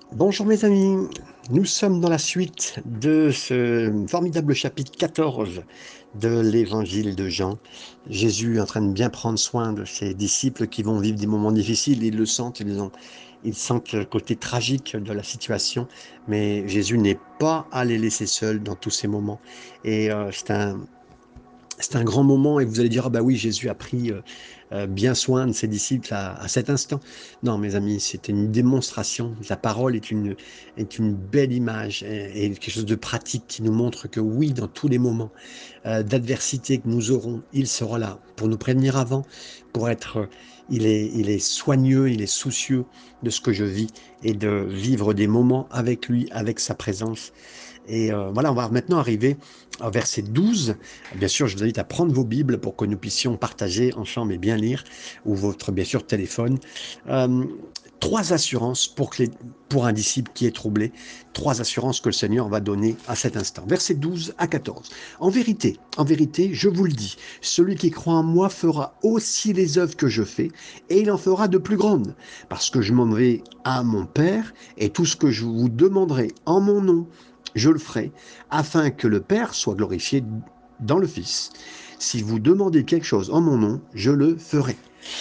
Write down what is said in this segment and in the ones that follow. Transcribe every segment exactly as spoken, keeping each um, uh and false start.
Bonjour mes amis, nous sommes dans la suite de ce formidable chapitre quatorze de l'évangile de Jean. Jésus est en train de bien prendre soin de ses disciples qui vont vivre des moments difficiles, ils le sentent, ils, ont, ils sentent le côté tragique de la situation, mais Jésus n'est pas à les laisser seuls dans tous ces moments. Et euh, c'est un, c'est un grand moment et vous allez dire, ah bah oui, Jésus a pris euh, euh, bien soin de ses disciples à, à cet instant. Non, mes amis, c'était une démonstration. La parole est une, est une belle image et, et quelque chose de pratique qui nous montre que oui, dans tous les moments euh, d'adversité que nous aurons, il sera là pour nous prévenir avant, pour être, euh, il est, il est soigneux, il est soucieux de ce que je vis et de vivre des moments avec lui, avec sa présence. Et euh, voilà, on va maintenant arriver au verset douze. Bien sûr, je vous invite à prendre vos Bibles pour que nous puissions partager ensemble et bien lire, ou votre, bien sûr, téléphone. Euh, trois assurances pour, que les, pour un disciple qui est troublé, trois assurances que le Seigneur va donner à cet instant. Versets douze à quatorze. En vérité, en vérité, je vous le dis, celui qui croit en moi fera aussi les œuvres que je fais, et il en fera de plus grandes, parce que je m'en vais à mon Père, et tout ce que je vous demanderai en mon nom, je le ferai, afin que le Père soit glorifié dans le Fils. Si vous demandez quelque chose en mon nom, je le ferai.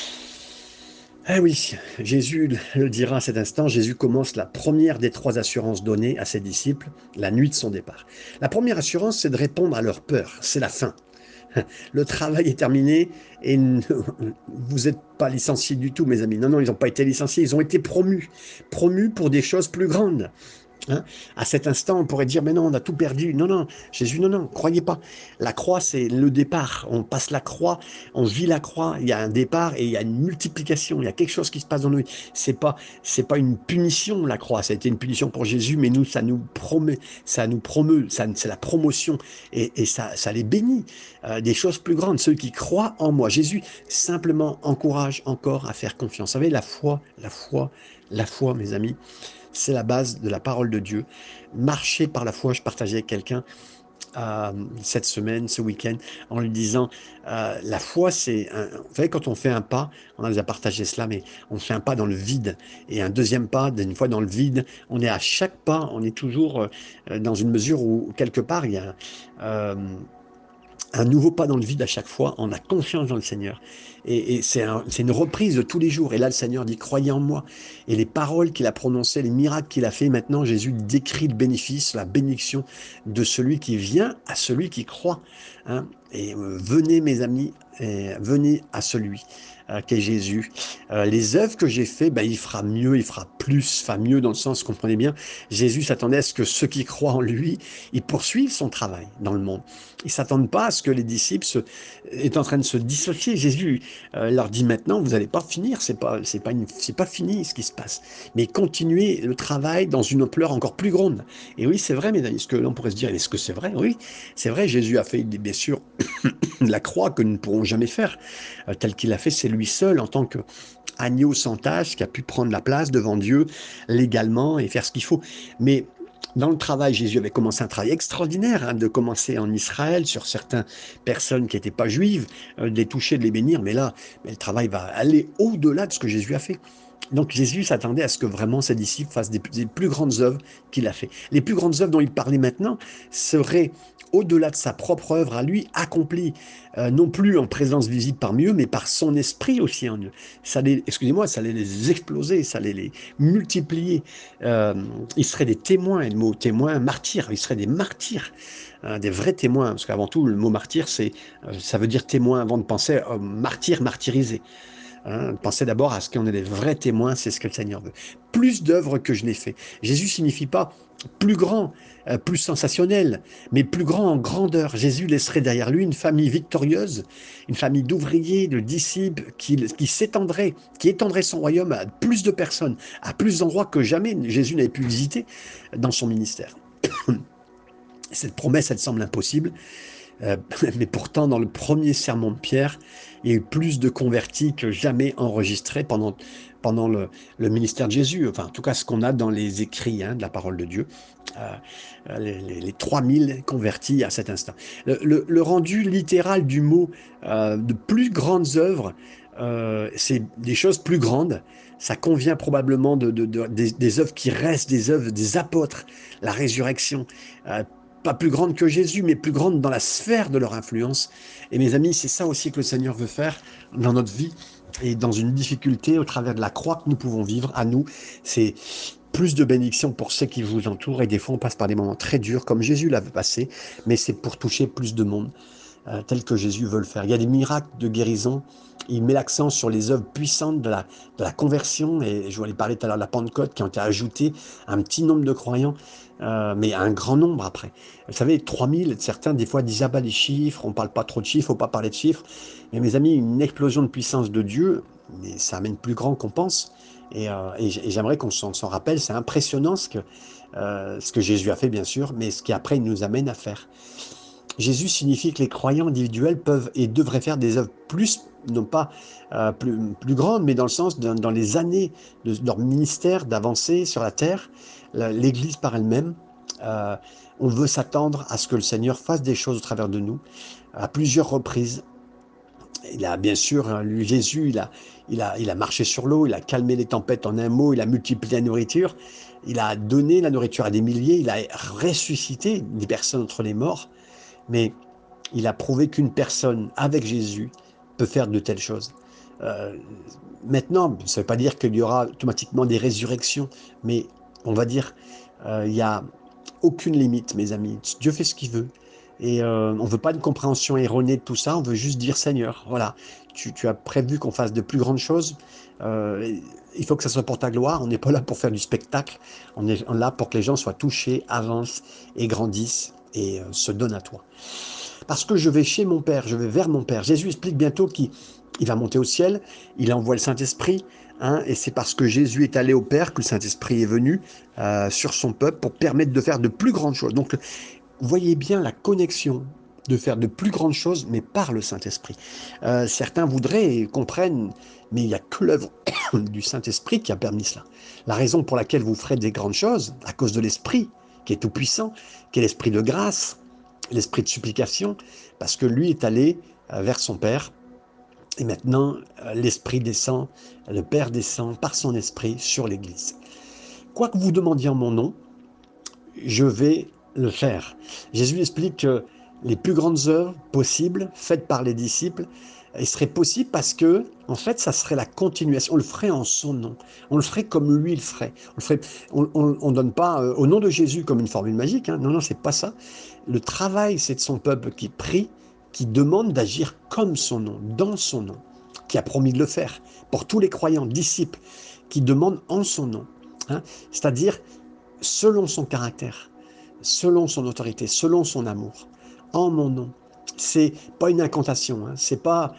Eh oui, Jésus le dira à cet instant, Jésus commence la première des trois assurances données à ses disciples, la nuit de son départ. La première assurance, c'est de répondre à leur peur, c'est la fin. Le travail est terminé et vous n'êtes pas licenciés du tout, mes amis. Non, non, ils n'ont pas été licenciés, ils ont été promus. Promus pour des choses plus grandes. Hein, à cet instant, on pourrait dire, mais non, on a tout perdu. Non, non, Jésus, non, non, croyez pas. La croix, c'est le départ. On passe la croix, on vit la croix. Il y a un départ et il y a une multiplication. Il y a quelque chose qui se passe dans nous. C'est pas, c'est pas une punition, la croix. Ça a été une punition pour Jésus, mais nous, ça nous promet, ça nous promeut, ça, c'est la promotion et, et ça, ça les bénit. Euh, des choses plus grandes. Ceux qui croient en moi. Jésus simplement encourage encore à faire confiance. Vous savez, la foi, la foi, la foi, mes amis. C'est la base de la parole de Dieu. Marcher par la foi, je partageais avec quelqu'un euh, cette semaine, ce week-end, en lui disant, euh, la foi, c'est, un, vous savez, quand on fait un pas, on a déjà partagé cela, mais on fait un pas dans le vide, et un deuxième pas, une fois dans le vide, on est à chaque pas, on est toujours euh, dans une mesure où, quelque part, il y a... Euh, un nouveau pas dans le vide à chaque fois, on a confiance dans le Seigneur. Et, et c'est un, une reprise de tous les jours. Et là, le Seigneur dit, croyez en moi. Et les paroles qu'il a prononcées, les miracles qu'il a fait, maintenant, Jésus décrit le bénéfice, la bénédiction de celui qui vient à celui qui croit. Hein. Et euh, venez, mes amis, et venez à celui euh, qu'est Jésus. Euh, les œuvres que j'ai faites, ben, il fera mieux, il fera plus, enfin mieux dans le sens, comprenez bien, Jésus s'attendait à ce que ceux qui croient en lui, ils poursuivent son travail dans le monde. Ils ne s'attendent pas à ce que les disciples se, est en train de se dissocier. Jésus euh, leur dit maintenant, vous n'allez pas finir, c'est pas, c'est pas, une, c'est pas fini ce qui se passe. Mais continuez le travail dans une ampleur encore plus grande. Et oui, c'est vrai, mais est-ce que l'on pourrait se dire, est-ce que c'est vrai? Oui, c'est vrai, Jésus a fait, bien sûr, la croix que nous ne pourrons jamais faire. Euh, tel qu'il a fait, c'est lui seul en tant que agneau sans tache qui a pu prendre la place devant Dieu légalement et faire ce qu'il faut. Mais dans le travail, Jésus avait commencé un travail extraordinaire, hein, de commencer en Israël sur certaines personnes qui n'étaient pas juives, euh, de les toucher, de les bénir. Mais là, mais le travail va aller au-delà de ce que Jésus a fait. Donc Jésus s'attendait à ce que vraiment ses disciples fassent des, des plus grandes œuvres qu'il a fait. Les plus grandes œuvres dont il parlait maintenant seraient au-delà de sa propre œuvre à lui accomplie, euh, non plus en présence visible parmi eux, mais par son esprit aussi en eux. Ça allait, excusez-moi, ça allait les exploser, ça allait les multiplier. Euh, ils seraient des témoins, et le mot témoin, martyr, ils seraient des martyrs, hein, des vrais témoins, parce qu'avant tout, le mot martyr, c'est, euh, ça veut dire témoin avant de penser euh, martyr, martyrisé. Hein, pensez d'abord à ce qu'on est des vrais témoins, c'est ce que le Seigneur veut. Plus d'œuvres que je n'ai fait. Jésus signifie pas plus grand, euh, plus sensationnel, mais plus grand en grandeur. Jésus laisserait derrière lui une famille victorieuse, une famille d'ouvriers, de disciples, qui, qui s'étendrait, qui étendrait son royaume à plus de personnes, à plus d'endroits que jamais Jésus n'avait pu visiter dans son ministère. Cette promesse, elle semble impossible, euh, mais pourtant, dans le premier sermon de Pierre, il y a eu plus de convertis que jamais enregistrés pendant, pendant le, le ministère de Jésus. Enfin, en tout cas, ce qu'on a dans les écrits, hein, de la parole de Dieu. Euh, les, les, les trois mille convertis à cet instant. Le, le, le rendu littéral du mot euh, de plus grandes œuvres, euh, c'est des choses plus grandes. ça convient probablement de, de, de- des, des œuvres qui restent, des œuvres des apôtres, la résurrection, euh, pas plus grande que Jésus, mais plus grande dans la sphère de leur influence. Et mes amis, c'est ça aussi que le Seigneur veut faire dans notre vie et dans une difficulté au travers de la croix que nous pouvons vivre à nous. C'est plus de bénédictions pour ceux qui vous entourent et des fois on passe par des moments très durs comme Jésus l'avait passé, mais c'est pour toucher plus de monde euh, tel que Jésus veut le faire. Il y a des miracles de guérison. Il met l'accent sur les œuvres puissantes de la, de la conversion, et je vous allais parler tout à l'heure de la Pentecôte, qui ont été ajoutées à un petit nombre de croyants, euh, mais à un grand nombre après. Vous savez, trois mille, certains des fois disent, ah bah les chiffres, on ne parle pas trop de chiffres, il ne faut pas parler de chiffres. Mais mes amis, une explosion de puissance de Dieu, mais ça amène plus grand qu'on pense. Et, euh, et j'aimerais qu'on s'en rappelle, c'est impressionnant ce que, euh, ce que Jésus a fait, bien sûr, mais ce qu'après il nous amène à faire. Jésus signifie que les croyants individuels peuvent et devraient faire des œuvres plus, non pas euh, plus, plus grandes, mais dans le sens, de, dans les années de leur ministère d'avancer sur la terre, l'Église par elle-même, euh, on veut s'attendre à ce que le Seigneur fasse des choses au travers de nous, à plusieurs reprises. Il a bien sûr, lui, Jésus, il a, il, a, il a marché sur l'eau, il a calmé les tempêtes en un mot, il a multiplié la nourriture, il a donné la nourriture à des milliers, il a ressuscité des personnes entre les morts. Mais il a prouvé qu'une personne avec Jésus peut faire de telles choses. Euh, maintenant, ça ne veut pas dire qu'il y aura automatiquement des résurrections, mais on va dire, euh, il n'y a aucune limite, mes amis. Dieu fait ce qu'il veut. Et euh, on ne veut pas une compréhension erronée de tout ça, on veut juste dire Seigneur, voilà, tu, tu as prévu qu'on fasse de plus grandes choses, euh, il faut que ça soit pour ta gloire, on n'est pas là pour faire du spectacle, on est là pour que les gens soient touchés, avancent et grandissent et euh, se donnent à toi. Parce que je vais chez mon Père, je vais vers mon Père. Jésus explique bientôt qu'il il va monter au ciel, il envoie le Saint-Esprit, hein, et c'est parce que Jésus est allé au Père que le Saint-Esprit est venu euh, sur son peuple pour permettre de faire de plus grandes choses. Donc, vous voyez bien la connexion de faire de plus grandes choses, mais par le Saint-Esprit. Euh, certains voudraient et comprennent, mais il n'y a que l'œuvre du Saint-Esprit qui a permis cela. La raison pour laquelle vous ferez des grandes choses, à cause de l'Esprit, qui est tout-puissant, qui est l'Esprit de grâce, l'Esprit de supplication, parce que lui est allé euh, vers son Père, et maintenant euh, l'Esprit descend, le Père descend par son Esprit sur l'Église. Quoi que vous demandiez en mon nom, je vais le faire. Jésus explique que les plus grandes œuvres possibles, faites par les disciples, elles seraient possibles parce que, en fait, ça serait la continuation. On le ferait en son nom. On le ferait comme lui le ferait. On ne donne pas euh, au nom de Jésus comme une formule magique. Hein. Non, non, c'est pas ça. Le travail, c'est de son peuple qui prie, qui demande d'agir comme son nom, dans son nom, qui a promis de le faire. Pour tous les croyants, disciples, qui demandent en son nom. Hein. C'est-à-dire selon son caractère, selon son autorité, selon son amour, en mon nom. C'est pas une incantation, hein, c'est pas,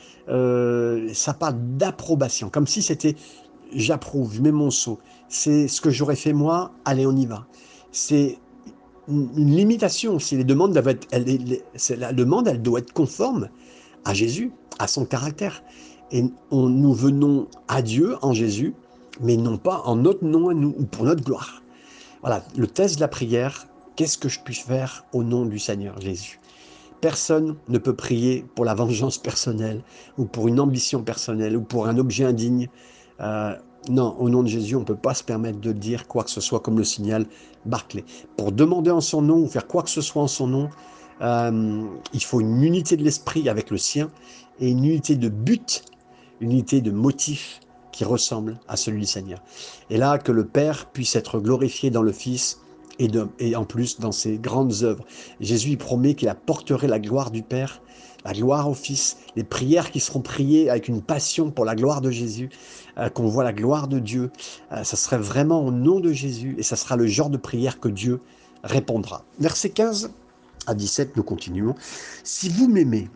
euh, ça parle d'approbation, comme si c'était j'approuve, je mets mon sceau, c'est ce que j'aurais fait moi, allez on y va. C'est une, une limitation, si les demandes doivent être, elle, les, la demande elle doit être conforme à Jésus, à son caractère. Et on, nous venons à Dieu en Jésus, mais non pas en notre nom à nous ou pour notre gloire. Voilà, le test de la prière, qu'est-ce que je puis faire au nom du Seigneur Jésus? Personne ne peut prier pour la vengeance personnelle ou pour une ambition personnelle ou pour un objet indigne. Euh, non, au nom de Jésus, on ne peut pas se permettre de dire quoi que ce soit comme le signal Barclay. Pour demander en son nom ou faire quoi que ce soit en son nom, euh, il faut une unité de l'esprit avec le sien et une unité de but, une unité de motif qui ressemble à celui du Seigneur. Et là, que le Père puisse être glorifié dans le Fils et, de, et en plus dans ses grandes œuvres. Jésus il promet qu'il apporterait la gloire du Père, la gloire au Fils, les prières qui seront priées avec une passion pour la gloire de Jésus, euh, qu'on voit la gloire de Dieu. Euh, ça serait vraiment au nom de Jésus et ça sera le genre de prière que Dieu répondra. Verset quinze à dix-sept, nous continuons. Si vous m'aimez,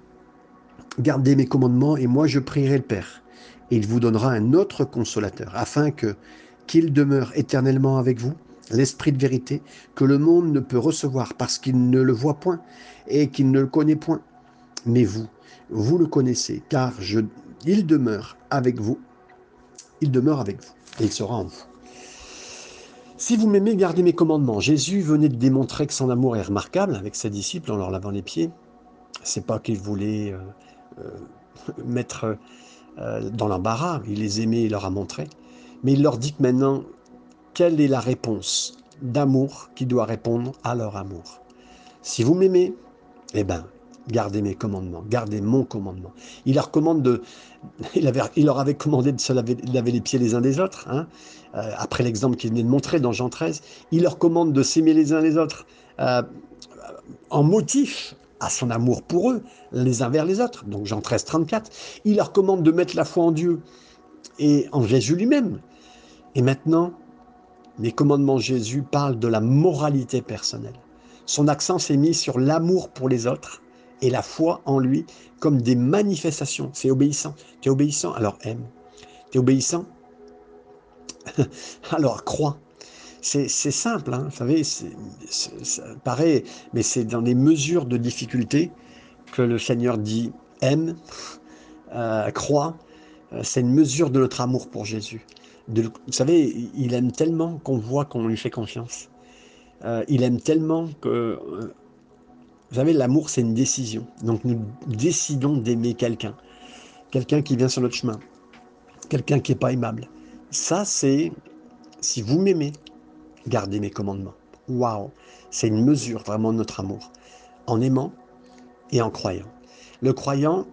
gardez mes commandements et moi je prierai le Père. Et il vous donnera un autre consolateur, afin que qu'il demeure éternellement avec vous, l'Esprit de vérité, que le monde ne peut recevoir parce qu'il ne le voit point et qu'il ne le connaît point. Mais vous, vous le connaissez, car je, il demeure avec vous, il demeure avec vous, et il sera en vous. Si vous m'aimez, gardez mes commandements. Jésus venait de démontrer que son amour est remarquable avec ses disciples en leur lavant les pieds. C'est pas qu'il voulait euh, euh, mettre euh, dans l'embarras, il les aimait, il leur a montré. Mais il leur dit que maintenant, quelle est la réponse d'amour qui doit répondre à leur amour? Si vous m'aimez, eh bien, gardez mes commandements, gardez mon commandement. Il leur commande de, il, avait, il leur avait commandé de se laver, laver les pieds les uns des autres, hein, euh, après l'exemple qu'il venait de montrer dans Jean treize. Il leur commande de s'aimer les uns les autres euh, en motif à son amour pour eux, les uns vers les autres. Donc Jean treize, trente-quatre. Il leur commande de mettre la foi en Dieu et en Jésus lui-même. Et maintenant, les commandements de Jésus parlent de la moralité personnelle. Son accent s'est mis sur l'amour pour les autres et la foi en lui comme des manifestations. C'est obéissant. Tu es obéissant, alors aime. Tu es obéissant, alors crois. C'est simple, hein, vous savez, c'est, ça paraît, mais c'est dans les mesures de difficulté que le Seigneur dit aime, euh, crois. C'est une mesure de notre amour pour Jésus. De, vous savez, il aime tellement qu'on voit qu'on lui fait confiance. Euh, il aime tellement que... Euh, vous savez, l'amour, c'est une décision. Donc nous décidons d'aimer quelqu'un. Quelqu'un qui vient sur notre chemin. Quelqu'un qui n'est pas aimable. Ça, c'est... Si vous m'aimez, gardez mes commandements. Waouh! C'est une mesure vraiment de notre amour. En aimant et en croyant. Le croyant,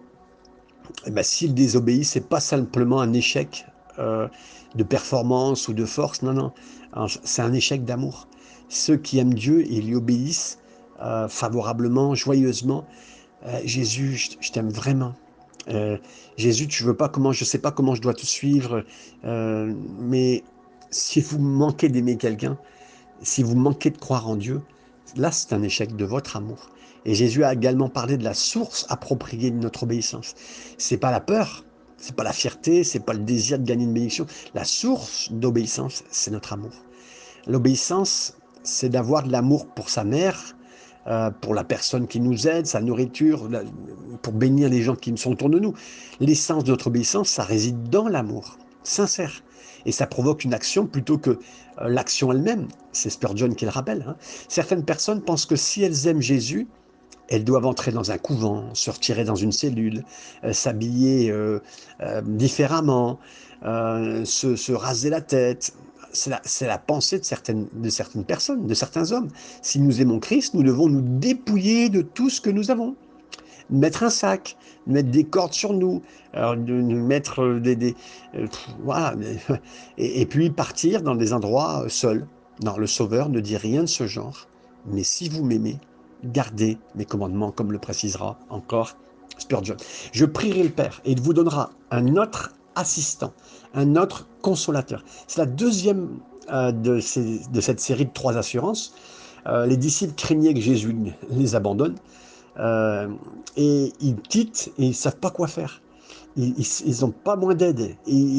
eh ben, s'il désobéit, c'est pas simplement un échec euh, de performance ou de force. Non, non. C'est un échec d'amour. Ceux qui aiment Dieu, ils lui obéissent euh, favorablement, joyeusement. Euh, Jésus, je, je t'aime vraiment. Euh, Jésus, tu veux pas comment, je sais pas comment je dois te suivre, euh, mais si vous manquez d'aimer quelqu'un, si vous manquez de croire en Dieu, là c'est un échec de votre amour. Et Jésus a également parlé de la source appropriée de notre obéissance. C'est pas la peur, c'est pas la fierté, c'est pas le désir de gagner une bénédiction. La source d'obéissance, c'est notre amour. L'obéissance, c'est d'avoir de l'amour pour sa mère, euh, pour la personne qui nous aide, sa nourriture, la, pour bénir les gens qui sont autour de nous. L'essence de notre obéissance, ça réside dans l'amour sincère. Et ça provoque une action plutôt que euh, l'action elle-même. C'est Spurgeon qui le rappelle. Hein. Certaines personnes pensent que si elles aiment Jésus, elles doivent entrer dans un couvent, se retirer dans une cellule, euh, s'habiller euh, euh, différemment, euh, se, se raser la tête. C'est la, c'est la pensée de certaines, de certaines personnes, de certains hommes. Si nous aimons Christ, nous devons nous dépouiller de tout ce que nous avons. Mettre un sac, mettre des cordes sur nous, alors de, de mettre des... des euh, pff, voilà, et, et puis partir dans des endroits seuls. Non, le Sauveur ne dit rien de ce genre. Mais si vous m'aimez, gardez mes commandements, comme le précisera encore Spurgeon. Je prierai le Père et il vous donnera un autre assistant, un autre consolateur. C'est la deuxième euh, de, ces, de cette série de trois assurances. Euh, les disciples craignaient que Jésus les abandonne. Euh, et ils quittent et ils ne savent pas quoi faire. Ils n'ont pas moins d'aide.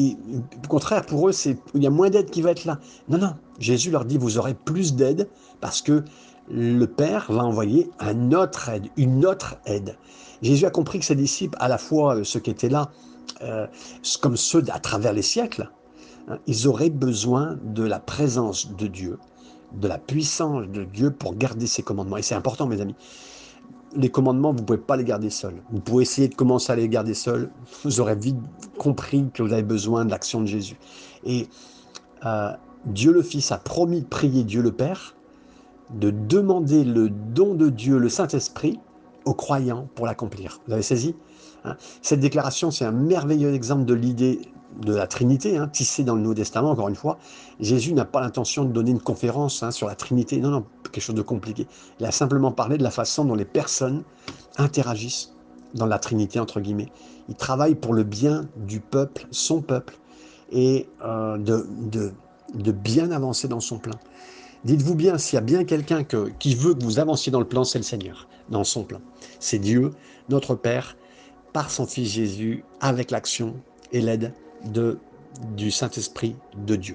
Au contraire, pour eux, c'est, il y a moins d'aide qui va être là. Non, non. Jésus leur dit, vous aurez plus d'aide parce que le Père va envoyer un autre aide, une autre aide. Jésus a compris que ses disciples, à la fois ceux qui étaient là, euh, comme ceux à travers les siècles, hein, ils auraient besoin de la présence de Dieu, de la puissance de Dieu pour garder ses commandements. Et c'est important, mes amis. Les commandements, vous ne pouvez pas les garder seuls. Vous pouvez essayer de commencer à les garder seuls. Vous aurez vite compris que vous avez besoin de l'action de Jésus. Et euh, Dieu le Fils a promis de prier Dieu le Père, de demander le don de Dieu, le Saint-Esprit, aux croyants pour l'accomplir. Vous avez saisi, hein? Cette déclaration, c'est un merveilleux exemple de l'idée de la Trinité, hein, tissée dans le Nouveau Testament, encore une fois. Jésus n'a pas l'intention de donner une conférence hein, sur la Trinité, non, non, quelque chose de compliqué. Il a simplement parlé de la façon dont les personnes interagissent dans la Trinité, entre guillemets. Il travaille pour le bien du peuple, son peuple, et euh, de, de, de bien avancer dans son plan. Dites-vous bien, s'il y a bien quelqu'un que, qui veut que vous avanciez dans le plan, c'est le Seigneur, dans son plan. C'est Dieu, notre Père, par son Fils Jésus, avec l'action et l'aide de, du Saint-Esprit de Dieu,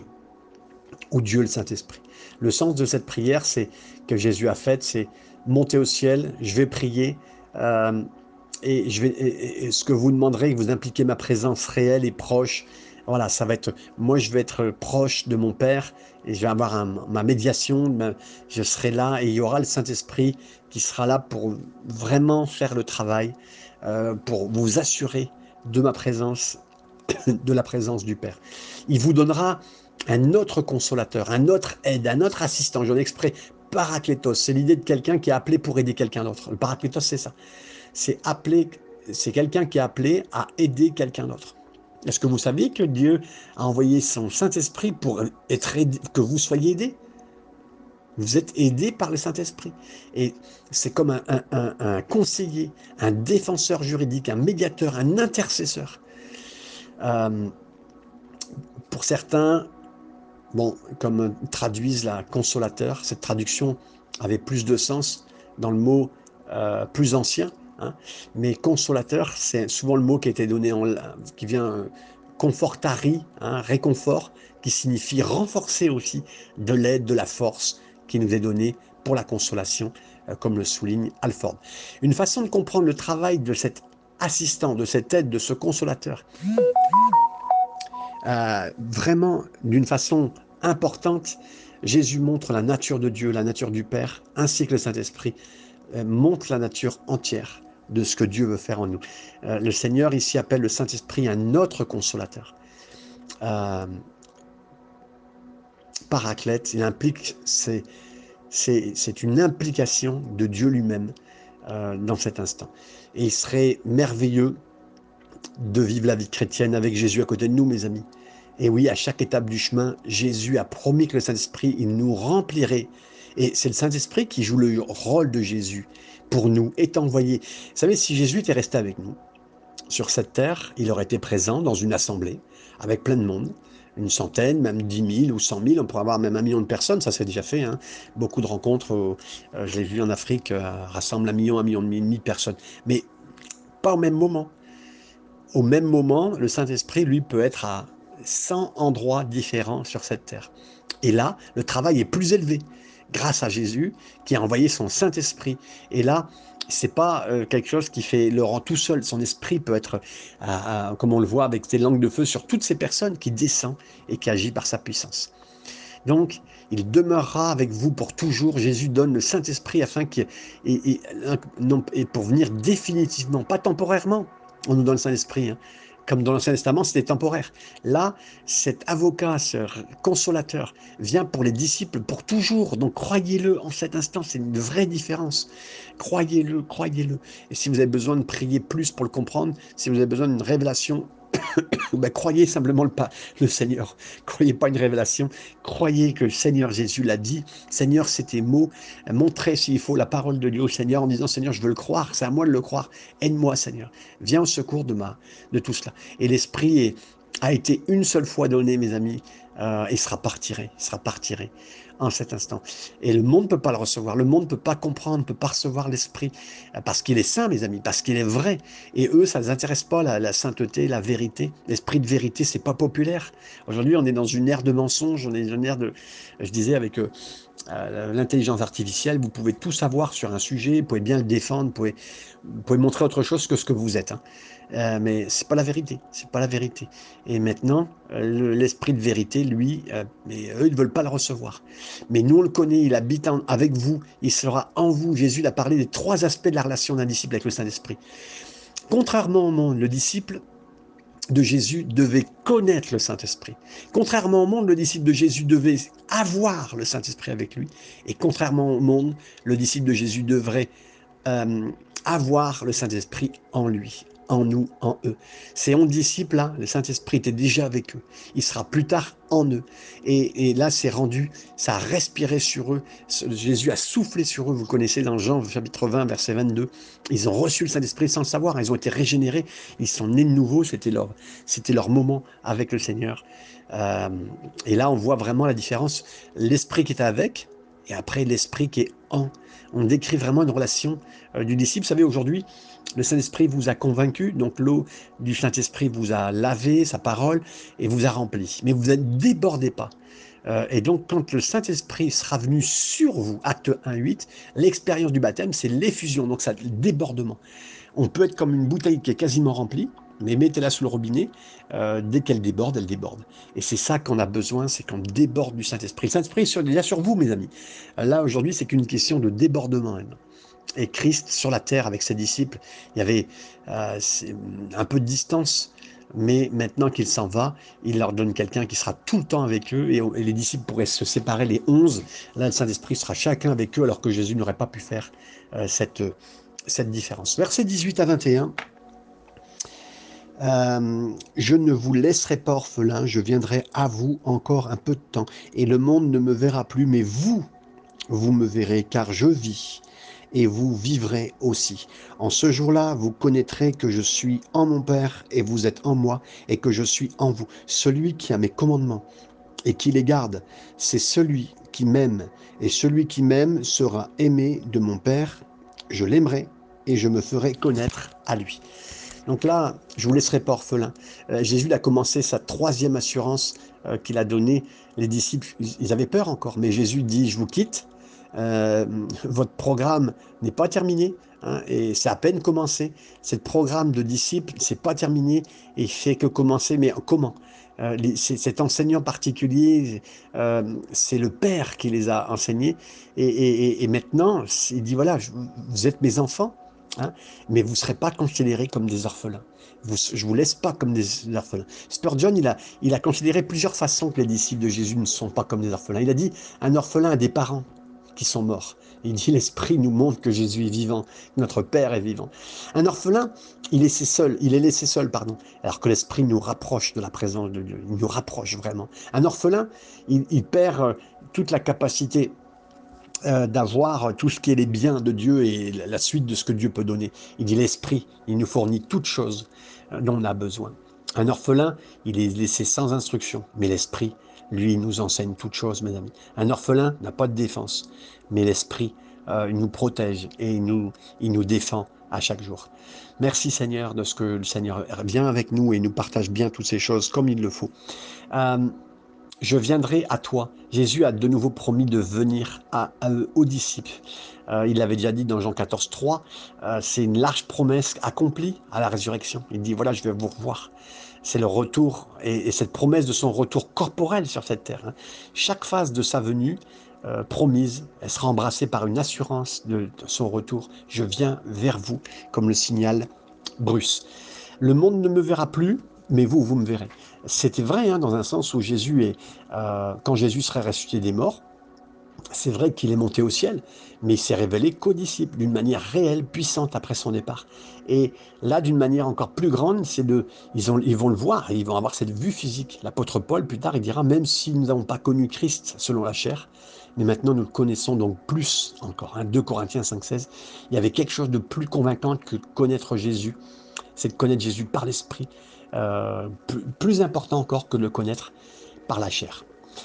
ou Dieu le Saint-Esprit. Le sens de cette prière, c'est que Jésus a faite, c'est monter au ciel, je vais prier, euh, et, je vais, et, et ce que vous demanderez, que vous impliquez ma présence réelle et proche. Voilà, ça va être, moi je vais être proche de mon Père et je vais avoir un, ma médiation, ma, je serai là et il y aura le Saint-Esprit qui sera là pour vraiment faire le travail, euh, pour vous assurer de ma présence de la présence du Père. Il vous donnera un autre consolateur, un autre aide, un autre assistant. J'en ai exprès, paraklétos, c'est l'idée de quelqu'un qui est appelé pour aider quelqu'un d'autre. Le paraklétos, c'est ça. C'est appelé, c'est quelqu'un qui est appelé à aider quelqu'un d'autre. Est-ce que vous saviez que Dieu a envoyé son Saint-Esprit pour être aidé, que vous soyez aidés? Vous êtes aidé par le Saint-Esprit. Et c'est comme un, un, un, un conseiller, un défenseur juridique, un médiateur, un intercesseur. Euh, pour certains, bon, comme traduisent la consolateur, cette traduction avait plus de sens dans le mot euh, plus ancien, hein, mais consolateur, c'est souvent le mot qui a été donné, en, qui vient euh, confortari, hein, réconfort, qui signifie renforcer aussi de l'aide, de la force qui nous est donnée pour la consolation, euh, comme le souligne Alford. Une façon de comprendre le travail de cet assistant, de cette aide, de ce consolateur, euh, vraiment d'une façon importante, Jésus montre la nature de Dieu, la nature du Père, ainsi que le Saint-Esprit euh, montre la nature entière de ce que Dieu veut faire en nous. Euh, le Seigneur ici appelle le Saint-Esprit un autre consolateur. Euh, paraclète, il implique, c'est, c'est, c'est une implication de Dieu lui-même euh, dans cet instant. Et il serait merveilleux de vivre la vie chrétienne avec Jésus à côté de nous, mes amis. Et oui, à chaque étape du chemin, Jésus a promis que le Saint-Esprit, il nous remplirait. Et c'est le Saint-Esprit qui joue le rôle de Jésus pour nous, est envoyé. Vous savez, si Jésus était resté avec nous, sur cette terre, il aurait été présent dans une assemblée, avec plein de monde, une centaine, même dix mille ou cent mille, on pourrait avoir même un million de personnes, ça s'est déjà fait. Hein. Beaucoup de rencontres, euh, je l'ai vu en Afrique, euh, rassemblent un million, un million et demi de personnes. Mais pas au même moment. Au même moment, le Saint-Esprit, lui, peut être à cent endroits différents sur cette terre. Et là, le travail est plus élevé, grâce à Jésus, qui a envoyé son Saint-Esprit. Et là, c'est pas euh, quelque chose qui fait le rang tout seul. Son esprit peut être, euh, euh, comme on le voit, avec ses langues de feu sur toutes ces personnes, qui descend et qui agit par sa puissance. Donc, il demeurera avec vous pour toujours. Jésus donne le Saint-Esprit afin qu'il et, et, et pour venir définitivement, pas temporairement. On nous donne le Saint-Esprit, hein. Comme dans l'Ancien Testament, c'était temporaire. Là, cet avocat, ce consolateur, vient pour les disciples pour toujours. Donc, croyez-le en cet instant, c'est une vraie différence. Croyez-le, croyez-le. Et si vous avez besoin de prier plus pour le comprendre, si vous avez besoin d'une révélation, ben, croyez simplement le, pas, le Seigneur. Croyez pas une révélation. Croyez que le Seigneur Jésus l'a dit. Seigneur, c'est tes mots. Montrez s'il faut la parole de Dieu au Seigneur en disant, Seigneur, je veux le croire. C'est à moi de le croire. Aide-moi, Seigneur. Viens au secours de, ma, de tout cela. Et l'Esprit est, a été une seule fois donné, mes amis, euh, et sera partiré. sera partiré en cet instant. Et le monde ne peut pas le recevoir. Le monde ne peut pas comprendre, ne peut pas recevoir l'Esprit. Parce qu'il est saint, mes amis, parce qu'il est vrai. Et eux, ça ne les intéresse pas, la, la sainteté, la vérité. L'esprit de vérité, c'est pas populaire. Aujourd'hui, on est dans une ère de mensonges, on est dans une ère de... Je disais, avec euh, euh, l'intelligence artificielle, vous pouvez tout savoir sur un sujet, vous pouvez bien le défendre, vous pouvez, vous pouvez montrer autre chose que ce que vous êtes. Hein. Euh, mais c'est pas la vérité, c'est pas la vérité. Et maintenant, euh, l'esprit de vérité, lui, euh, mais eux, ils ne veulent pas le recevoir. Mais nous, on le connaît, il habite en, avec vous, il sera en vous. Jésus a parlé des trois aspects de la relation d'un disciple avec le Saint-Esprit. Contrairement au monde, le disciple de Jésus devait connaître le Saint-Esprit. Contrairement au monde, le disciple de Jésus devait avoir le Saint-Esprit avec lui. Et contrairement au monde, le disciple de Jésus devrait euh, avoir le Saint-Esprit en lui, en nous, en eux. Ces onze disciples-là, le Saint-Esprit était déjà avec eux. Il sera plus tard en eux. Et, et là, c'est rendu, ça a respiré sur eux. Jésus a soufflé sur eux. Vous connaissez dans Jean, chapitre vingt, verset vingt-deux. Ils ont reçu le Saint-Esprit sans le savoir. Ils ont été régénérés. Ils sont nés de nouveau. C'était leur, c'était leur moment avec le Seigneur. Euh, et là, on voit vraiment la différence. L'Esprit qui est avec, et après l'Esprit qui est en. On décrit vraiment une relation euh, du disciple. Vous savez, aujourd'hui, le Saint-Esprit vous a convaincu, donc l'eau du Saint-Esprit vous a lavé, sa parole, et vous a rempli. Mais vous ne débordez pas. Euh, et donc, quand le Saint-Esprit sera venu sur vous, acte un, huit, l'expérience du baptême, c'est l'effusion, donc ça, le débordement. On peut être comme une bouteille qui est quasiment remplie, mais mettez-la sous le robinet, euh, dès qu'elle déborde, elle déborde. Et c'est ça qu'on a besoin, c'est qu'on déborde du Saint-Esprit. Le Saint-Esprit est déjà sur vous, mes amis. Là, aujourd'hui, c'est qu'une question de débordement. Même. Et Christ, sur la terre, avec ses disciples, il y avait euh, un peu de distance mais maintenant qu'il s'en va, il leur donne quelqu'un qui sera tout le temps avec eux, et, et les disciples pourraient se séparer, les onze. Là, le Saint-Esprit sera chacun avec eux, alors que Jésus n'aurait pas pu faire euh, cette, cette différence. Versets dix-huit à vingt et un. Euh, je ne vous laisserai pas orphelin, je viendrai à vous encore un peu de temps, et le monde ne me verra plus, mais vous, vous me verrez, car je vis, et vous vivrez aussi. En ce jour-là, vous connaîtrez que je suis en mon Père, et vous êtes en moi, et que je suis en vous. Celui qui a mes commandements et qui les garde, c'est celui qui m'aime, et celui qui m'aime sera aimé de mon Père. Je l'aimerai, et je me ferai connaître à lui. Donc là, je vous laisserai pas orphelin. Euh, Jésus a commencé sa troisième assurance euh, qu'il a donnée. Les disciples, ils avaient peur encore, mais Jésus dit, je vous quitte. Euh, votre programme n'est pas terminé, hein, et c'est à peine commencé. Ce programme de disciples, c'est pas terminé et il fait que commencer. Mais comment? Euh, les, cet enseignant particulier, euh, c'est le Père qui les a enseignés. Et, et, et maintenant, il dit voilà, je, vous êtes mes enfants. Hein, mais vous ne serez pas considérés comme des orphelins. Vous, je ne vous laisse pas comme des orphelins. Spurgeon, il a, il a considéré plusieurs façons que les disciples de Jésus ne sont pas comme des orphelins. Il a dit, un orphelin a des parents qui sont morts. Il dit, l'Esprit nous montre que Jésus est vivant, que notre Père est vivant. Un orphelin, il est laissé seul, il est laissé seul, pardon, alors que l'Esprit nous rapproche de la présence de Dieu, il nous rapproche vraiment. Un orphelin, il, il perd toute la capacité Euh, d'avoir tout ce qui est les biens de Dieu et la suite de ce que Dieu peut donner. Il dit l'Esprit, il nous fournit toutes choses dont on a besoin. Un orphelin, il est laissé sans instruction, mais l'Esprit, lui, nous enseigne toutes choses, mes amis. Un orphelin n'a pas de défense, mais l'Esprit, euh, il nous protège et il nous, il nous défend à chaque jour. Merci Seigneur de ce que le Seigneur vient avec nous et nous partage bien toutes ces choses comme il le faut. Euh, Je viendrai à toi. Jésus a de nouveau promis de venir à, à eux, aux disciples. Euh, il l'avait déjà dit dans Jean quatorze, trois. Euh, c'est une large promesse accomplie à la résurrection. Il dit, voilà, je vais vous revoir. C'est le retour, et, et cette promesse de son retour corporel sur cette terre. Hein. Chaque phase de sa venue euh, promise, elle sera embrassée par une assurance de, de son retour. Je viens vers vous, comme le signale Bruce. Le monde ne me verra plus, mais vous, vous me verrez. C'était vrai, hein, dans un sens où Jésus est, euh, quand Jésus serait ressuscité des morts, c'est vrai qu'il est monté au ciel, mais il s'est révélé qu'aux disciples, d'une manière réelle, puissante après son départ. Et là, d'une manière encore plus grande, c'est de, ils, ont, ils vont le voir, ils vont avoir cette vue physique. L'apôtre Paul, plus tard, il dira, même si nous n'avons pas connu Christ selon la chair, mais maintenant nous le connaissons donc plus encore. Hein, deux Corinthiens cinq, seize, il y avait quelque chose de plus convaincant que de connaître Jésus, c'est de connaître Jésus par l'Esprit, euh, plus, plus important encore que de le connaître par la chair.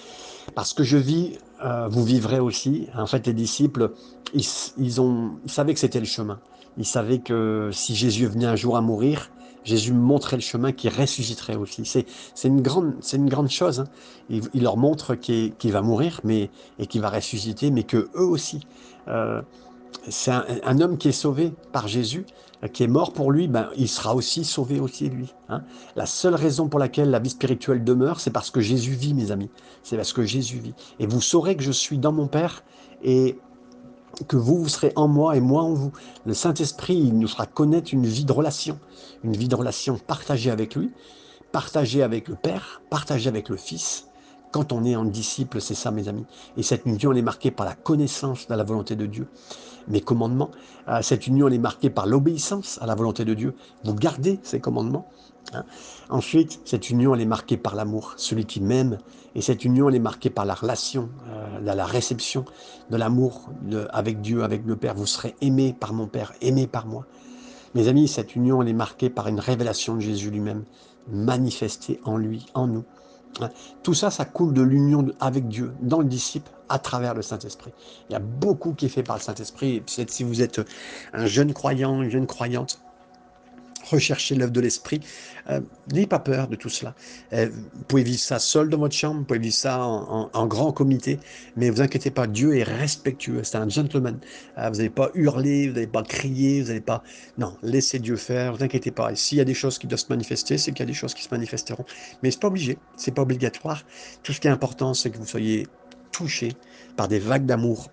Parce que je vis, euh, vous vivrez aussi. En fait, les disciples, ils, ils, ont, ils savaient que c'était le chemin. Ils savaient que si Jésus venait un jour à mourir, Jésus montrait le chemin qui ressusciterait aussi. C'est, c'est, une, grande, c'est une grande chose. Hein. Il, il leur montre qu'il, qu'il va mourir mais, et qu'il va ressusciter, mais qu'eux aussi, euh, c'est un, un homme qui est sauvé par Jésus, qui est mort pour lui, ben, il sera aussi sauvé aussi lui. Hein. La seule raison pour laquelle la vie spirituelle demeure, c'est parce que Jésus vit, mes amis. C'est parce que Jésus vit. Et vous saurez que je suis dans mon Père et que vous, vous serez en moi et moi en vous. Le Saint-Esprit, il nous fera connaître une vie de relation, une vie de relation partagée avec lui, partagée avec le Père, partagée avec le Fils. Quand on est en disciple, c'est ça, mes amis. Et cette union, elle est marquée par la connaissance de la volonté de Dieu. Mes commandements, euh, cette union, elle est marquée par l'obéissance à la volonté de Dieu. Vous gardez ces commandements. Hein. Ensuite, cette union, elle est marquée par l'amour, celui qui m'aime. Et cette union, elle est marquée par la relation, euh, la, la réception de l'amour de, avec Dieu, avec le Père. Vous serez aimés par mon Père, aimés par moi. Mes amis, cette union, elle est marquée par une révélation de Jésus lui-même, manifestée en lui, en nous. Tout ça, ça coule de l'union avec Dieu, dans le disciple, à travers le Saint-Esprit. Il y a beaucoup qui est fait par le Saint-Esprit. Peut-être si vous êtes un jeune croyant, une jeune croyante, recherchez l'œuvre de l'Esprit. Euh, N'ayez pas peur de tout cela. Euh, vous pouvez vivre ça seul dans votre chambre, vous pouvez vivre ça en, en, en grand comité, mais ne vous inquiétez pas, Dieu est respectueux, c'est un gentleman. Euh, vous n'allez pas hurler, vous n'allez pas crier, vous n'allez pas... Non, laissez Dieu faire, vous inquiétez pas. Et s'il y a des choses qui doivent se manifester, c'est qu'il y a des choses qui se manifesteront. Mais c'est pas obligé, c'est pas obligatoire. Tout ce qui est important, c'est que vous soyez touchés par des vagues d'amour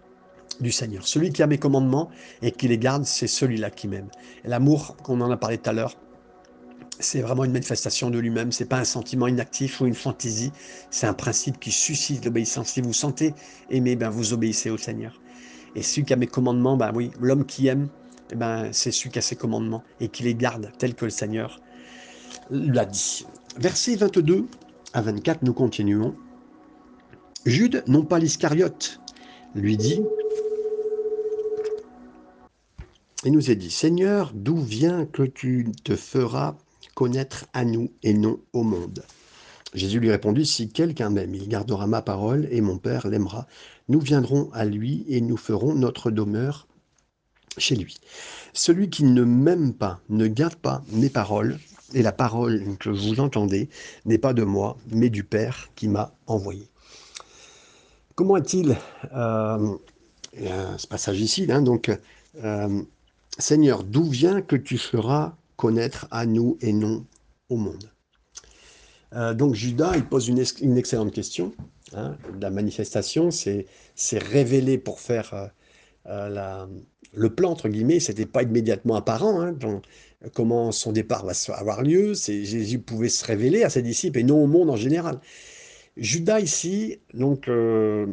du Seigneur. Celui qui a mes commandements et qui les garde, c'est celui-là qui m'aime. L'amour, qu'on en a parlé tout à l'heure, c'est vraiment une manifestation de lui-même, c'est pas un sentiment inactif ou une fantaisie, c'est un principe qui suscite l'obéissance. Si vous sentez aimer, ben vous obéissez au Seigneur. Et celui qui a mes commandements, ben oui, l'homme qui aime, eh ben, c'est celui qui a ses commandements et qui les garde tels que le Seigneur l'a dit. Versets vingt-deux à vingt-quatre, nous continuons. Jude, non pas l'Iscariote, lui dit, il nous est dit, Seigneur, d'où vient que tu te feras connaître à nous et non au monde? Jésus lui répondit, si quelqu'un m'aime, il gardera ma parole et mon Père l'aimera. Nous viendrons à lui et nous ferons notre demeure chez lui. Celui qui ne m'aime pas, ne garde pas mes paroles, et la parole que vous entendez n'est pas de moi, mais du Père qui m'a envoyé. Comment est-il, euh, ce passage ici, hein, donc, euh, Seigneur, d'où vient que tu feras connaître à nous et non au monde? euh, Donc Judas, il pose une, une excellente question. Hein. La manifestation, c'est révélé pour faire euh, euh, la, le plan, entre guillemets, c'était pas immédiatement apparent. Hein, dans, comment son départ va avoir lieu, Jésus pouvait se révéler à ses disciples et non au monde en général. Judas ici, donc euh,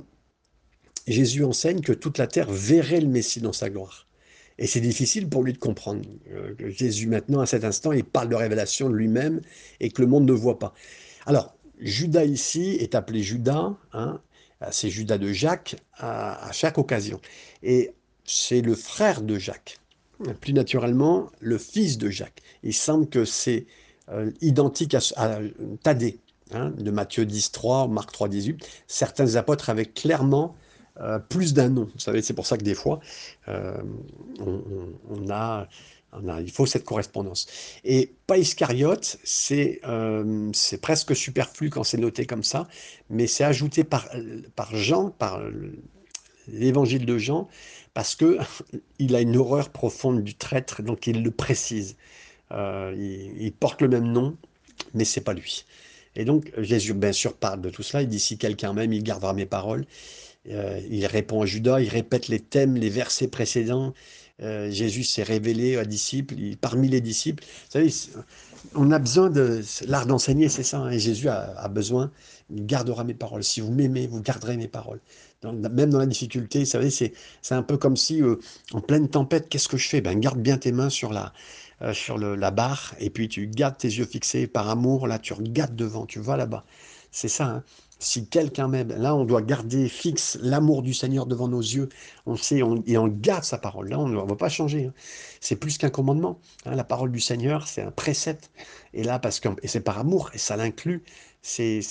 Jésus enseigne que toute la terre verrait le Messie dans sa gloire. Et c'est difficile pour lui de comprendre euh, que Jésus maintenant, à cet instant, il parle de révélation de lui-même et que le monde ne voit pas. Alors, Judas ici est appelé Judas, hein, c'est Judas de Jacques à, à chaque occasion. Et c'est le frère de Jacques, plus naturellement le fils de Jacques. Il semble que c'est euh, identique à, à Thaddée, hein, de Matthieu dix, trois, Marc trois, dix-huit. Certains apôtres avaient clairement euh, plus d'un nom. Vous savez, c'est pour ça que des fois, euh, on, on, on a on a, il faut cette correspondance. Et pas Iscariote, c'est euh, c'est presque superflu quand c'est noté comme ça, mais c'est ajouté par, par Jean, par l'évangile de Jean, parce que il a une horreur profonde du traître, donc il le précise. Euh, il, il porte le même nom, mais c'est pas lui. Et donc Jésus, bien sûr, parle de tout cela. Il dit si quelqu'un m'aime, il gardera mes paroles. Euh, il répond à Judas, il répète les thèmes, les versets précédents. Euh, Jésus s'est révélé à disciples, il, parmi les disciples. Vous savez, on a besoin de l'art d'enseigner, c'est ça. Hein, et Jésus a, a, besoin, il gardera mes paroles. Si vous m'aimez, vous garderez mes paroles. Donc, même dans la difficulté, vous savez, c'est un peu comme si, euh, en pleine tempête, qu'est-ce que je fais? Ben, garde bien tes mains sur la, euh, sur le, la barre, et puis tu gardes tes yeux fixés par amour. Là, tu regardes devant, tu vas là-bas. C'est ça. Hein. Si quelqu'un m'aime, là, on doit garder fixe l'amour du Seigneur devant nos yeux. On sait, on, et on garde sa parole. Là, on ne va pas changer. Hein. C'est plus qu'un commandement. Hein. La parole du Seigneur, c'est un précepte. Et là, parce que et c'est par amour, et ça l'inclut. C'est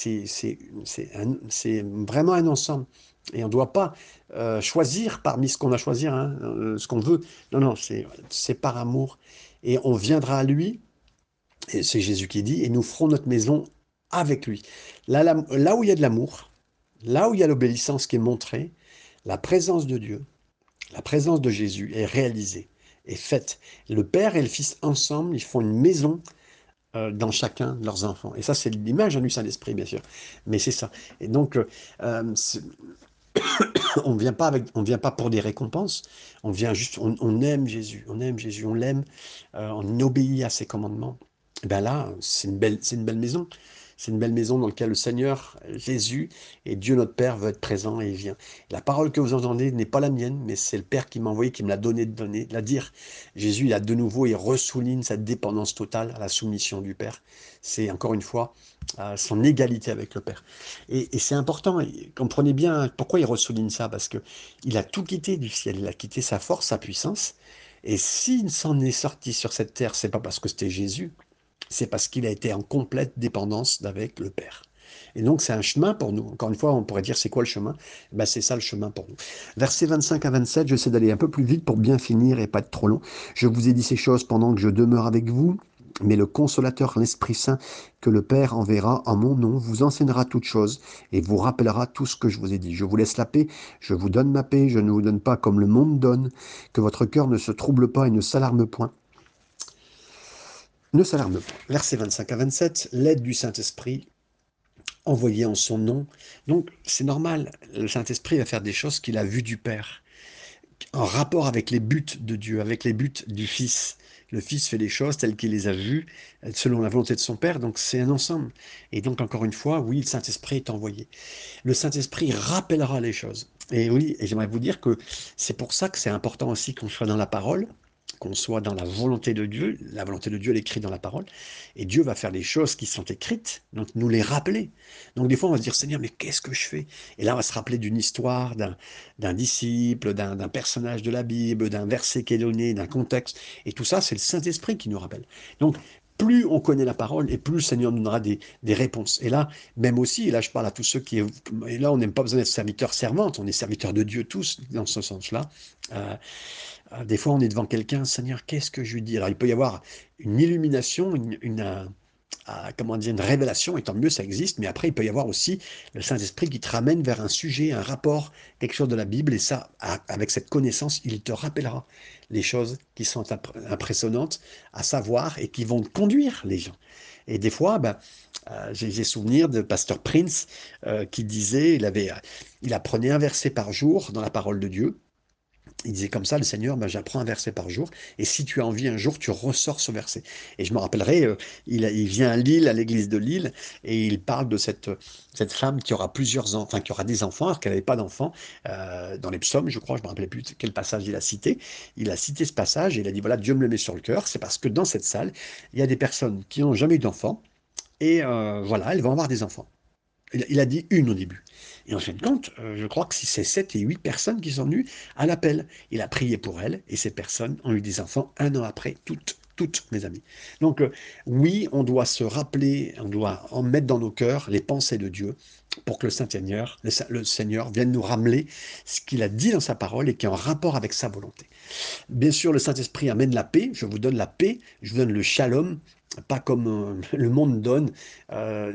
vraiment un ensemble. Et on ne doit pas euh, choisir parmi ce qu'on a choisi, hein, euh, ce qu'on veut. Non, non, c'est par amour. Et on viendra à lui, et c'est Jésus qui dit, et nous ferons notre maison avec lui. Là, là, là où il y a de l'amour, là où il y a l'obéissance qui est montrée, la présence de Dieu, la présence de Jésus est réalisée, est faite. Le Père et le Fils ensemble, ils font une maison euh, dans chacun de leurs enfants. Et ça, c'est l'image du Saint-Esprit, bien sûr. Mais c'est ça. Et donc, euh, on vient pas avec, on vient pas pour des récompenses. On vient juste, on, on aime Jésus, on aime Jésus, on l'aime, euh, on obéit à ses commandements. Et ben là, c'est une belle, c'est une belle maison. C'est une belle maison dans laquelle le Seigneur, Jésus et Dieu notre Père veut être présent et il vient. La parole que vous entendez n'est pas la mienne, mais c'est le Père qui m'a envoyé, qui me l'a donné de donner, de la dire. Jésus, il a de nouveau, il ressouligne sa dépendance totale à la soumission du Père. C'est encore une fois à son égalité avec le Père. Et, et c'est important, comprenez bien pourquoi il ressouligne ça, parce que il a tout quitté du ciel, il a quitté sa force, sa puissance, et s'il s'en est sorti sur cette terre, c'est pas parce que c'était Jésus, c'est parce qu'il a été en complète dépendance avec le Père. Et donc c'est un chemin pour nous. Encore une fois, on pourrait dire c'est quoi le chemin? Ben, c'est ça le chemin pour nous. Versets vingt-cinq à vingt-sept, j'essaie d'aller un peu plus vite pour bien finir et pas être trop long. Je vous ai dit ces choses pendant que je demeure avec vous, mais le consolateur, l'Esprit Saint, que le Père enverra en mon nom, vous enseignera toutes choses et vous rappellera tout ce que je vous ai dit. Je vous laisse la paix, je vous donne ma paix, je ne vous donne pas comme le monde donne, que votre cœur ne se trouble pas et ne s'alarme point. Ne s'alarme pas. Versets vingt-cinq à vingt-sept, l'aide du Saint-Esprit envoyé en son nom. Donc c'est normal, le Saint-Esprit va faire des choses qu'il a vues du Père, en rapport avec les buts de Dieu, avec les buts du Fils, Le Fils fait les choses telles qu'il les a vues, euh, selon la volonté de son Père, donc c'est un ensemble. Et donc, encore une fois, oui, le Saint-Esprit est envoyé. Le Saint-Esprit rappellera les choses. Et oui, et j'aimerais vous dire que c'est pour ça que c'est important aussi qu'on soit dans la parole, qu'on soit dans la volonté de Dieu. La volonté de Dieu, elle est écrite dans la parole. Et Dieu va faire les choses qui sont écrites, donc nous les rappeler. Donc des fois, on va se dire, Seigneur, mais qu'est-ce que je fais? Et là, on va se rappeler d'une histoire, d'un d'un disciple, d'un d'un personnage de la Bible, d'un verset qui est donné, d'un contexte. Et tout ça, c'est le Saint-Esprit qui nous rappelle. Donc, plus on connaît la parole, et plus le Seigneur nous donnera des, des réponses. Et là, même aussi, et là je parle à tous ceux qui... Et là, on n'aime pas besoin d'être serviteur, servante, on est serviteur de Dieu tous, dans ce sens-là. Euh, euh, des fois, on est devant quelqu'un, Seigneur, qu'est-ce que je lui dis? Alors, il peut y avoir une illumination, une, une, euh, euh, comment dire, une révélation, et tant mieux, ça existe, mais après, il peut y avoir aussi le Saint-Esprit qui te ramène vers un sujet, un rapport, quelque chose de la Bible, et ça, à- avec cette connaissance, il te rappellera les choses qui sont impr- impressionnantes à savoir et qui vont conduire les gens. Et des fois, ben, euh, j'ai j'ai souvenir de Pasteur Prince euh, qui disait, il avait, il apprenait un verset par jour dans la parole de Dieu. Il disait comme ça, le Seigneur, ben, j'apprends un verset par jour, et si tu as envie un jour, tu ressors ce verset. Et je me rappellerai, euh, il, a- il vient à Lille, à l'église de Lille, et il parle de cette, cette femme qui aura plusieurs enfants, enfin qui aura des enfants, alors qu'elle n'avait pas d'enfants, euh, dans les psaumes, je crois, je ne me rappelais plus quel passage il a cité. Il a cité ce passage, et il a dit, voilà, Dieu me le met sur le cœur, c'est parce que dans cette salle, il y a des personnes qui n'ont jamais eu d'enfants, et euh, voilà, elles vont avoir des enfants. Il, il a dit une au début. Et en fin de compte, euh, je crois que si c'est sept et huit personnes qui sont venues à l'appel. Il a prié pour elles et ces personnes ont eu des enfants un an après, toutes, toutes, mes amis. Donc, euh, oui, on doit se rappeler, on doit en mettre dans nos cœurs les pensées de Dieu pour que le Saint-Seigneur, le, le Seigneur vienne nous ramener ce qu'il a dit dans sa parole et qui est en rapport avec sa volonté. Bien sûr, le Saint-Esprit amène la paix. Je vous donne la paix, je vous donne le shalom, pas comme euh, le monde donne. Euh,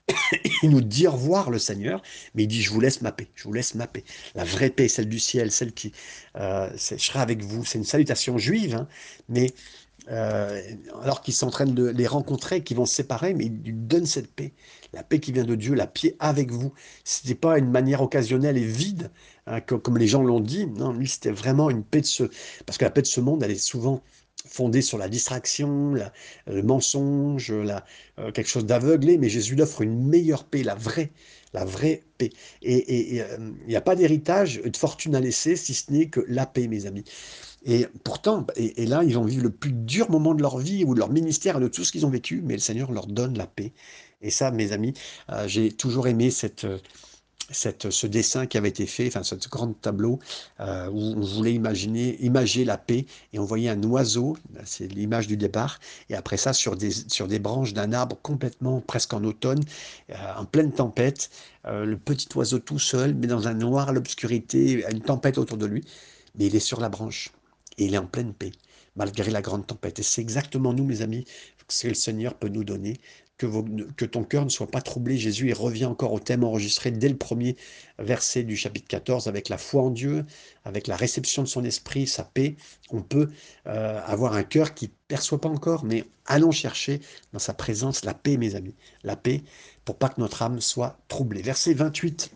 il nous dit au revoir, le Seigneur, mais il dit, je vous laisse ma paix, je vous laisse ma paix. La vraie paix, celle du ciel, celle qui, euh, je serai avec vous. C'est une salutation juive, hein, mais euh, alors qu'ils sont en train de les rencontrer, qu'ils vont se séparer, mais il lui donne cette paix. La paix qui vient de Dieu, la paix avec vous. Ce n'était pas une manière occasionnelle et vide, hein, comme, comme les gens l'ont dit. Non, lui, c'était vraiment une paix de ce... Parce que la paix de ce monde, elle est souvent fondée sur la distraction, la- le mensonge, la, euh, quelque chose d'aveuglé, mais Jésus lui offre une meilleure paix, la vraie, la vraie paix. Et et- et, euh, il n'y a pas d'héritage de fortune à laisser, si ce n'est que la paix, mes amis. Et pourtant, et, et là, ils vont vivre le plus dur moment de leur vie ou de leur ministère et de tout ce qu'ils ont vécu, mais le Seigneur leur donne la paix. Et ça, mes amis, euh, j'ai toujours aimé cette, euh, cette, ce dessin qui avait été fait, enfin, ce grand tableau euh, où on voulait imaginer, imager la paix et on voyait un oiseau, c'est l'image du départ, et après ça, sur des, sur des branches d'un arbre complètement, presque en automne, euh, en pleine tempête, euh, le petit oiseau tout seul, mais dans un noir, l'obscurité, une tempête autour de lui, mais il est sur la branche et il est en pleine paix, malgré la grande tempête. Et c'est exactement nous, mes amis, ce que le Seigneur peut nous donner. Que, vos, que ton cœur ne soit pas troublé. Jésus, il revient encore au thème enregistré dès le premier verset du chapitre quatorze, avec la foi en Dieu, avec la réception de son esprit, sa paix. On peut euh, avoir un cœur qui ne perçoit pas encore, mais allons chercher dans sa présence la paix, mes amis. La paix, pour pas que notre âme soit troublée. Verset vingt-huit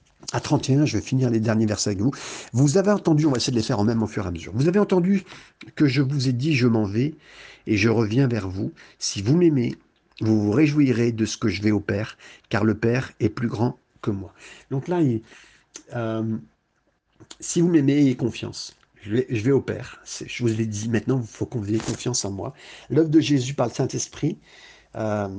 à trente et un, je vais finir les derniers versets avec vous. Vous avez entendu, on va essayer de les faire en même au fur et à mesure. Vous avez entendu que je vous ai dit, je m'en vais et je reviens vers vous. Si vous m'aimez, vous vous réjouirez de ce que je vais au Père, car le Père est plus grand que moi. Donc là, il, euh, si vous m'aimez, ayez confiance. Je vais, je vais au Père. Je vous l'ai dit, maintenant, il faut qu'on ait confiance en moi. L'œuvre de Jésus par le Saint-Esprit, euh,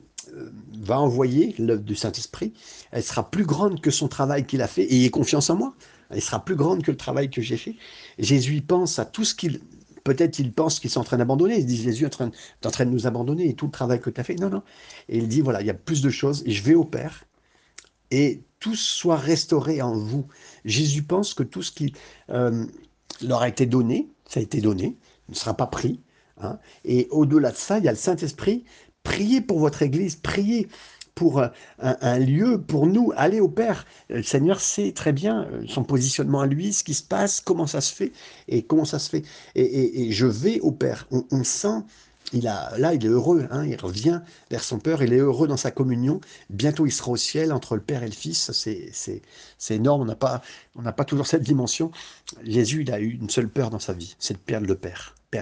va envoyer l'œuvre du Saint-Esprit, elle sera plus grande que son travail qu'il a fait, et ayez confiance en moi, elle sera plus grande que le travail que j'ai fait. Jésus pense à tout ce qu'il... Peut-être il pense qu'ils sont en train d'abandonner, il se dit Jésus est en train, est en train de nous abandonner, et tout le travail que tu as fait, non, non. Et il dit, voilà, il y a plus de choses, et je vais au Père, et tout soit restauré en vous. Jésus pense que tout ce qui euh, leur a été donné, ça a été donné, ne sera pas pris. Hein. Et au-delà de ça, il y a le Saint-Esprit. Priez pour votre Église, priez pour euh, un, un lieu, pour nous, allez au Père. Le Seigneur sait très bien euh, son positionnement à lui, ce qui se passe, comment ça se fait, et comment ça se fait. Et, et- et je vais au Père. On, on sent, il a, là, il est heureux, hein, il revient vers son Père, il est heureux dans sa communion. Bientôt, il sera au ciel entre le Père et le Fils. C'est, c'est, c'est énorme, on n'a pas, on n'a pas toujours cette dimension. Jésus, il a eu une seule peur dans sa vie, c'est de perdre le Père. Père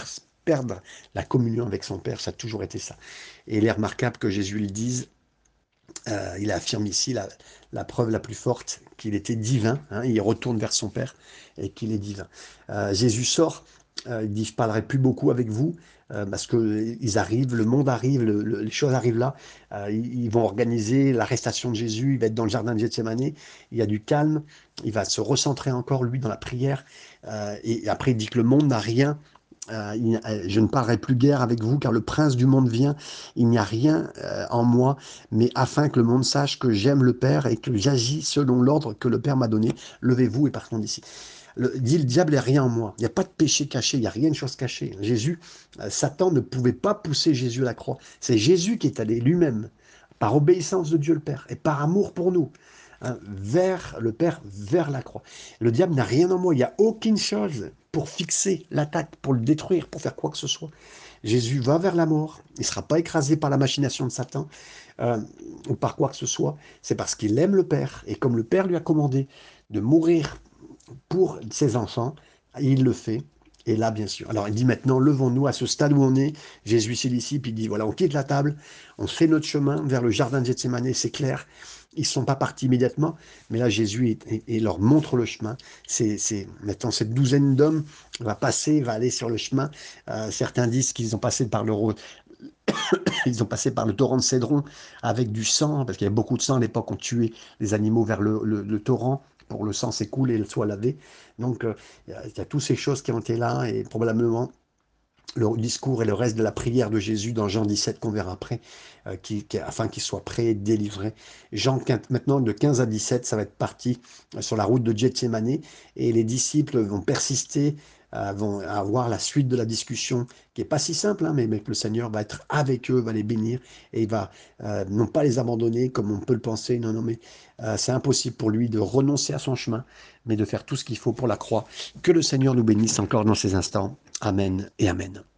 perdre la communion avec son Père, ça a toujours été ça. Et il est remarquable que Jésus le dise, euh, il affirme ici la, la preuve la plus forte qu'il était divin, hein, il retourne vers son Père et qu'il est divin. Euh, Jésus sort, euh, il dit, je parlerai plus beaucoup avec vous, euh, parce qu'ils arrivent, le monde arrive, le, le, les choses arrivent là, euh, ils, ils vont organiser l'arrestation de Jésus, il va être dans le jardin de Gethsémane, il y a du calme, il va se recentrer encore, lui, dans la prière, euh, et après il dit que le monde n'a rien. Euh, il, euh, je ne parlerai plus guère avec vous, car le prince du monde vient. Il n'y a rien euh, en moi, mais afin que le monde sache que j'aime le Père et que j'agis selon l'ordre que le Père m'a donné. Levez-vous et partons d'ici. Le, dit le diable n'est rien en moi. Il n'y a pas de péché caché, il n'y a rien de chose cachée. Jésus, euh, Satan ne pouvait pas pousser Jésus à la croix. C'est Jésus qui est allé lui-même, par obéissance de Dieu le Père et par amour pour nous, hein, vers le Père, vers la croix. Le diable n'a rien en moi. Il n'y a aucune chose pour fixer l'attaque, pour le détruire, pour faire quoi que ce soit. Jésus va vers la mort. Il ne sera pas écrasé par la machination de Satan euh, ou par quoi que ce soit. C'est parce qu'il aime le Père. Et comme le Père lui a commandé de mourir pour ses enfants, il le fait. Et là, bien sûr. Alors, il dit maintenant, levons-nous à ce stade où on est. Jésus, c'est ici, puis il dit, voilà, on quitte la table, on fait notre chemin vers le jardin de Gethsémane, c'est clair. Ils ne sont pas partis immédiatement, mais là, Jésus est, et, et leur montre le chemin. C'est, c'est maintenant cette douzaine d'hommes va passer, va aller sur le chemin. Euh, certains disent qu'ils ont passé par le ils ont passé par le torrent de Cédron avec du sang, parce qu'il y avait beaucoup de sang à l'époque, on tuait les animaux vers le, le, le torrent pour le sang s'écoule et le soit lavé. Donc euh, il y, a, il y a toutes ces choses qui ont été là et probablement le discours et le reste de la prière de Jésus dans Jean dix-sept qu'on verra après, euh, qui, qui, afin qu'il soit prêt et délivré. Jean maintenant de quinze à dix-sept, ça va être parti sur la route de Gethsémane et les disciples vont persister, euh, vont avoir la suite de la discussion qui est pas si simple, hein, mais, mais que le Seigneur va être avec eux, va les bénir et il va euh, non pas les abandonner comme on peut le penser, non, non, mais euh, c'est impossible pour lui de renoncer à son chemin, mais de faire tout ce qu'il faut pour la croix. Que le Seigneur nous bénisse encore dans ces instants. Amen et Amen.